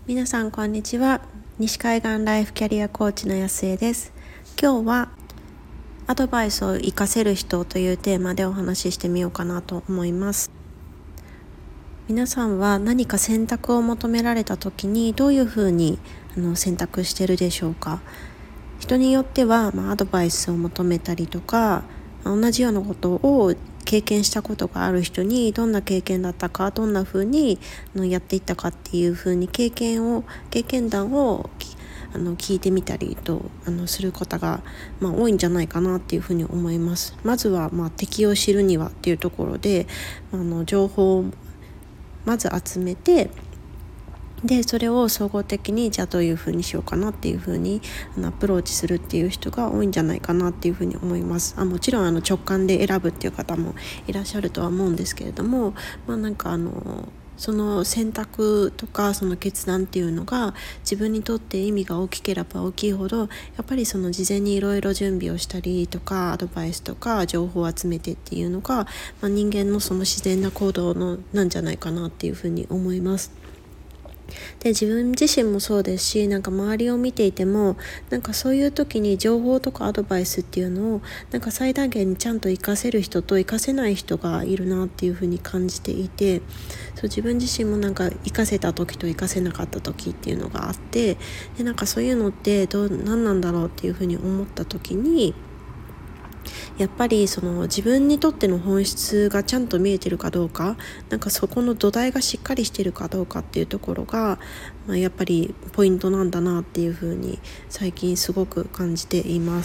皆さんこんにちは。西海岸ライフキャリアコーチの安江です。今日はアドバイスを活かせる人というテーマでお話ししてみようかなと思います。皆さんは何か選択を求められた時にどういうふうに選択してるでしょうか。人によっては、アドバイスを求めたりとか、同じようなことを経験したことがある人にどんな経験だったか、どんな風にやっていったかっていう風に経験談を聞いてみたりとすることが、多いんじゃないかなっていうふうに思います。まずは、敵を知るにはっていうところで情報をまず集めて、でそれを総合的にじゃあどういうふうにしようかなっていうふうにアプローチするっていう人が多いんじゃないかなっていうふうに思います。もちろん直感で選ぶっていう方もいらっしゃるとは思うんですけれども、その選択とかその決断っていうのが自分にとって意味が大きければ大きいほど、やっぱりその事前にいろいろ準備をしたりとかアドバイスとか情報を集めてっていうのが、人間のその自然な行動なんじゃないかなっていうふうに思います。で自分自身もそうですし、周りを見ていてもそういう時に情報とかアドバイスっていうのを最大限にちゃんと活かせる人と活かせない人がいるなっていうふうに感じていて、自分自身も活かせた時と活かせなかった時っていうのがあって、でそういうのって何なんだろうっていうふうに思った時に、やっぱりその自分にとっての本質がちゃんと見えてるかどうか、そこの土台がしっかりしてるかどうかっていうところが、やっぱりポイントなんだなっていうふうに最近すごく感じています。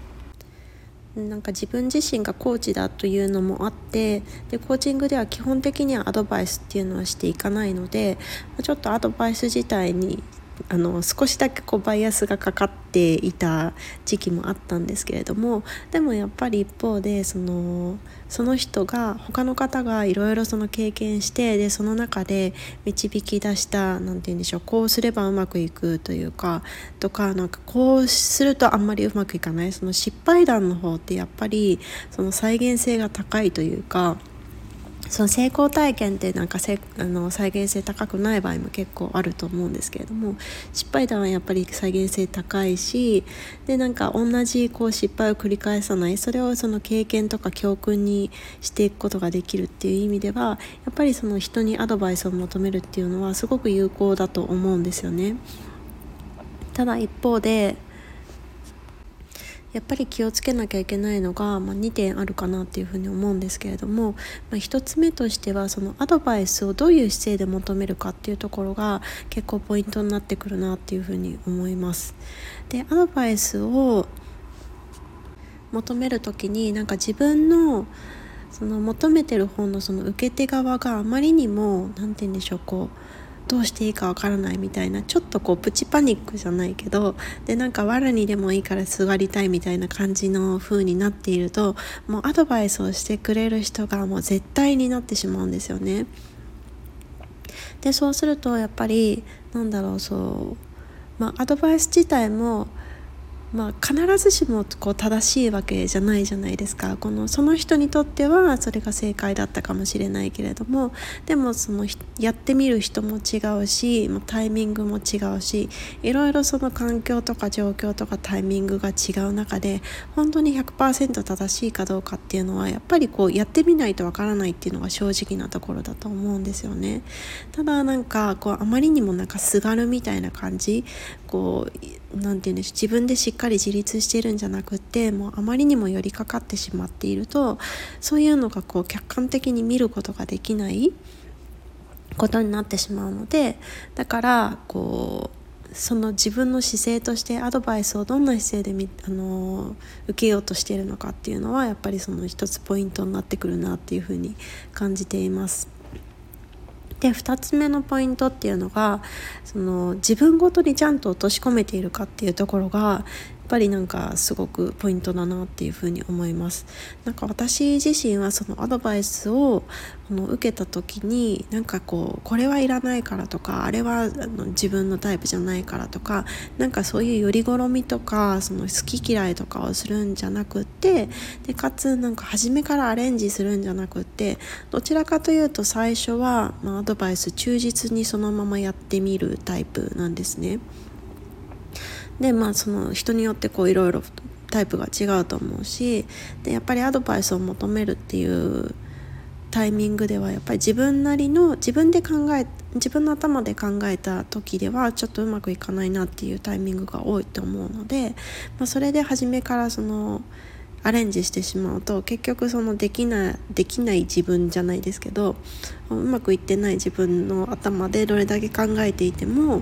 自分自身がコーチだというのもあって、でコーチングでは基本的にはアドバイスっていうのはしていかないので、ちょっとアドバイス自体に少しだけバイアスがかかっていた時期もあったんですけれども、でもやっぱり一方でその人が他の方がいろいろその経験して、でその中で導き出したなんて言うんでしょう、こうすればうまくいくというかこうするとあんまりうまくいかない、その失敗談の方ってやっぱりその再現性が高いというか、その成功体験って再現性高くない場合も結構あると思うんですけれども、失敗談はやっぱり再現性高いし、で同じ失敗を繰り返さない、それをその経験とか教訓にしていくことができるっていう意味では、やっぱりその人にアドバイスを求めるっていうのはすごく有効だと思うんですよね。ただ一方でやっぱり気をつけなきゃいけないのが、2点あるかなっていうふうに思うんですけれども、1つ目としてはそのアドバイスをどういう姿勢で求めるかっていうところが結構ポイントになってくるなっていうふうに思います。でアドバイスを求めるときに自分のその求めてる方のその受け手側があまりにもなんて言うんでしょう、どうしていいかわからないみたいな、ちょっとプチパニックじゃないけど、で藁にでもいいからすがりたいみたいな感じの風になっていると、もうアドバイスをしてくれる人がもう絶対になってしまうんですよね。でそうするとやっぱりアドバイス自体も必ずしも正しいわけじゃないじゃないですか。その人にとってはそれが正解だったかもしれないけれども、でもやってみる人も違うし、タイミングも違うし、いろいろその環境とか状況とかタイミングが違う中で本当に 100% 正しいかどうかっていうのはやっぱりやってみないとわからないっていうのが正直なところだと思うんですよね。ただあまりにもすがるみたいな感じ、なんていうんでしょう、自分でしっかり自立しているんじゃなくって、もうあまりにも寄りかかってしまっていると、そういうのが客観的に見ることができないことになってしまうので、だからその自分の姿勢としてアドバイスをどんな姿勢で受けようとしているのかっていうのはやっぱりその一つポイントになってくるなっていうふうに感じています。で2つ目のポイントっていうのが、その自分ごとにちゃんと落とし込めているかっていうところがぱりなんかすごくポイントだなっていうふうに思います。なんか私自身はそのアドバイスを受けた時になんかこれはいらないからとか、あれは自分のタイプじゃないからとか、なんかそういうより好みとかその好き嫌いとかをするんじゃなくって、でかつなんか初めからアレンジするんじゃなくって、どちらかというと最初は、アドバイス忠実にそのままやってみるタイプなんですね。でその人によっていろいろタイプが違うと思うし、でやっぱりアドバイスを求めるっていうタイミングではやっぱり自分なりの自分の頭で考えた時ではちょっとうまくいかないなっていうタイミングが多いと思うので、それで初めからアレンジしてしまうと結局できない自分じゃないですけど、うまくいってない自分の頭でどれだけ考えていても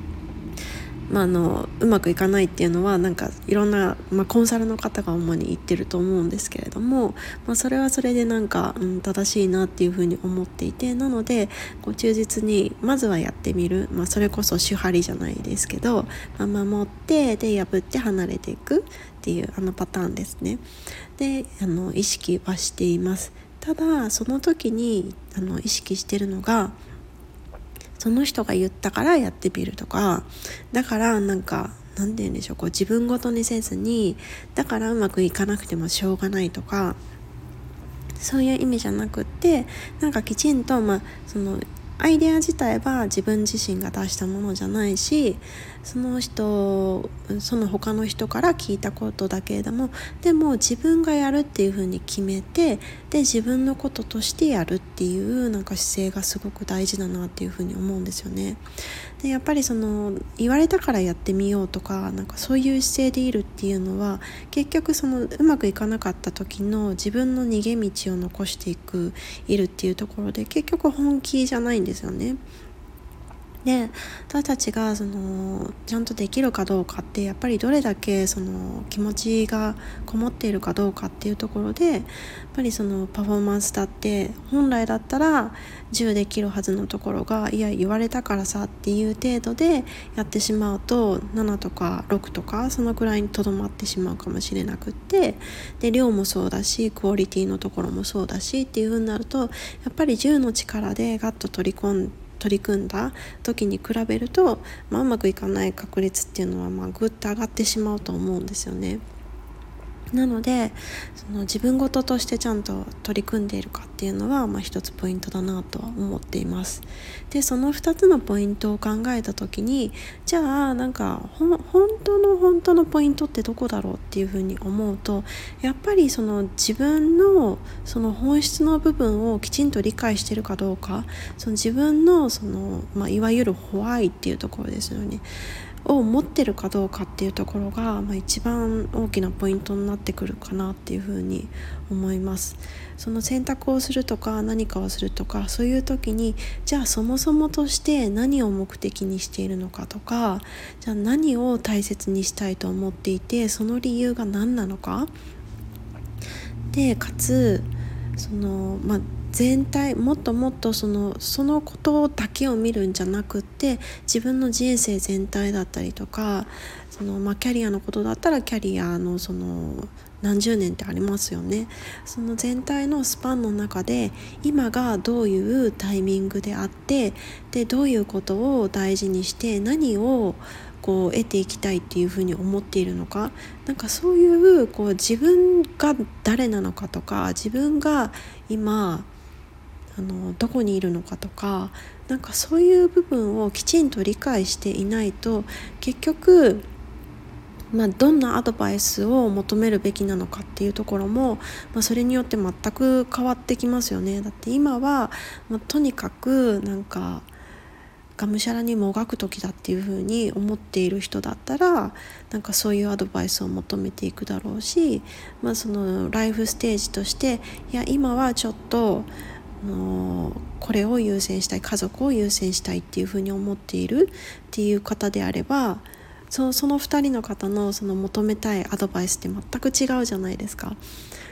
うまくいかないっていうのはなんかいろんな、コンサルの方が主に言ってると思うんですけれども、それはそれでなんか、正しいなっていうふうに思っていて、なので忠実にまずはやってみる、それこそ手張りじゃないですけど、守ってで破って離れていくっていうパターンですね。で意識はしています。ただその時に意識してるのが、その人が言ったからやってみるとか、だからなんて言うんでしょう、自分ごとにせずに、だからうまくいかなくてもしょうがないとか、そういう意味じゃなくって、なんかきちんとそのアイデア自体は自分自身が出したものじゃないし、その他の人から聞いたことだけれども、でも自分がやるっていう風に決めて、で自分のこととしてやるっていうなんか姿勢がすごく大事だなっていう風に思うんですよね。でやっぱり言われたからやってみようとか、なんかそういう姿勢でいるっていうのは結局うまくいかなかった時の自分の逃げ道を残しているっていうところで、結局本気じゃないんですよね。で私たちがちゃんとできるかどうかって、やっぱりどれだけ気持ちがこもっているかどうかっていうところで、やっぱりパフォーマンスだって本来だったら10できるはずのところが、いや言われたからさっていう程度でやってしまうと7とか6とかそのくらいにとどまってしまうかもしれなくって、で量もそうだしクオリティのところもそうだしっていう風になると、やっぱり10の力でガッと取り組んだ時に比べると、うまくいかない確率っていうのはぐっと上がってしまうと思うんですよね。なので自分事としてちゃんと取り組んでいるかっていうのは、一つポイントだなとは思っています。でその2つのポイントを考えた時に、じゃあなんか本当のポイントってどこだろうっていうふうに思うと、やっぱり自分の本質の部分をきちんと理解しているかどうか、自分のいわゆるホワイっていうところですよねを持ってるかどうかっていうところが、一番大きなポイントになってくるかなっていうふうに思います。選択をするとか何かをするとか、そういう時にじゃあそもそもとして何を目的にしているのかとか、じゃあ何を大切にしたいと思っていて、その理由が何なのかで、かつ全体もっともっとそのことだけを見るんじゃなくって、自分の人生全体だったりとか、キャリアのことだったらキャリアの何十年ってありますよね。その全体のスパンの中で今がどういうタイミングであって、でどういうことを大事にして何を得ていきたいっていうふうに思っているのか、なんかそういう自分が誰なのかとか、自分が今どこにいるのかとか、なんかそういう部分をきちんと理解していないと、結局どんなアドバイスを求めるべきなのかっていうところも、それによって全く変わってきますよね。だって今は、とにかくなんかがむしゃらにもがく時だっていう風に思っている人だったら、なんかそういうアドバイスを求めていくだろうし、そのライフステージとして、いや今はちょっとこれを優先したい、家族を優先したいっていう風に思っているっていう方であれば、その2人の方の求めたいアドバイスって全く違うじゃないですか。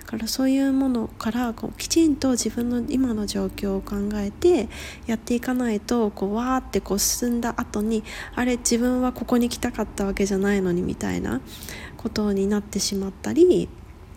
からそういうものからきちんと自分の今の状況を考えてやっていかないと、わーって進んだ後に、あれ自分はここに来たかったわけじゃないのにみたいなことになってしまったり、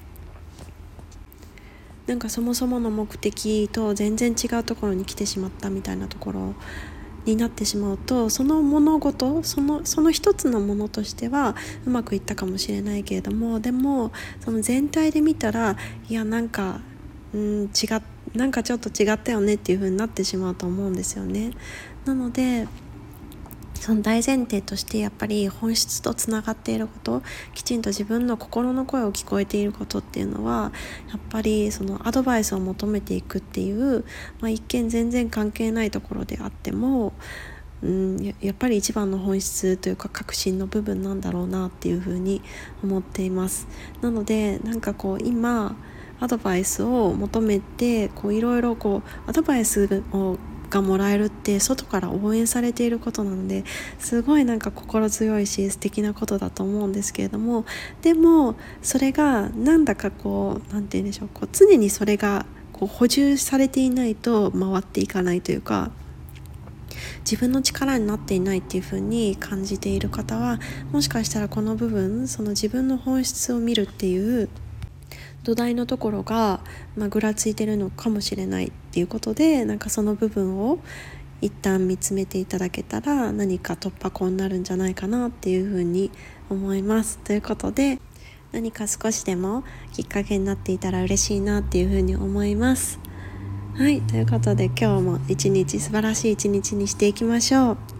なんかそもそもの目的と全然違うところに来てしまったみたいなところになってしまうと、その物事、その一つのものとしてはうまくいったかもしれないけれども、でもその全体で見たら、いやなんかなんかちょっと違ったよねっていう風になってしまうと思うんですよね。なのでその大前提としてやっぱり本質とつながっていること、きちんと自分の心の声を聞こえていることっていうのは、やっぱりそのアドバイスを求めていくっていう、一見全然関係ないところであっても、やっぱり一番の本質というか核心の部分なんだろうなっていうふうに思っています。なのでなんか今アドバイスを求めていろいろアドバイスがもらえるって外から応援されていることなので、すごいなんか心強いし素敵なことだと思うんですけれども、でもそれがなんだかなんて言うんでしょう、常にそれが補充されていないと回っていかないというか、自分の力になっていないっていう風に感じている方は、もしかしたらこの部分、その自分の本質を見るっていう土台のところが、ぐらついてるのかもしれないっていうことで、なんかその部分を一旦見つめていただけたら、何か突破口になるんじゃないかなっていうふうに思います。ということで、何か少しでもきっかけになっていたら嬉しいなっていうふうに思います。はい、ということで今日も一日素晴らしい一日にしていきましょう。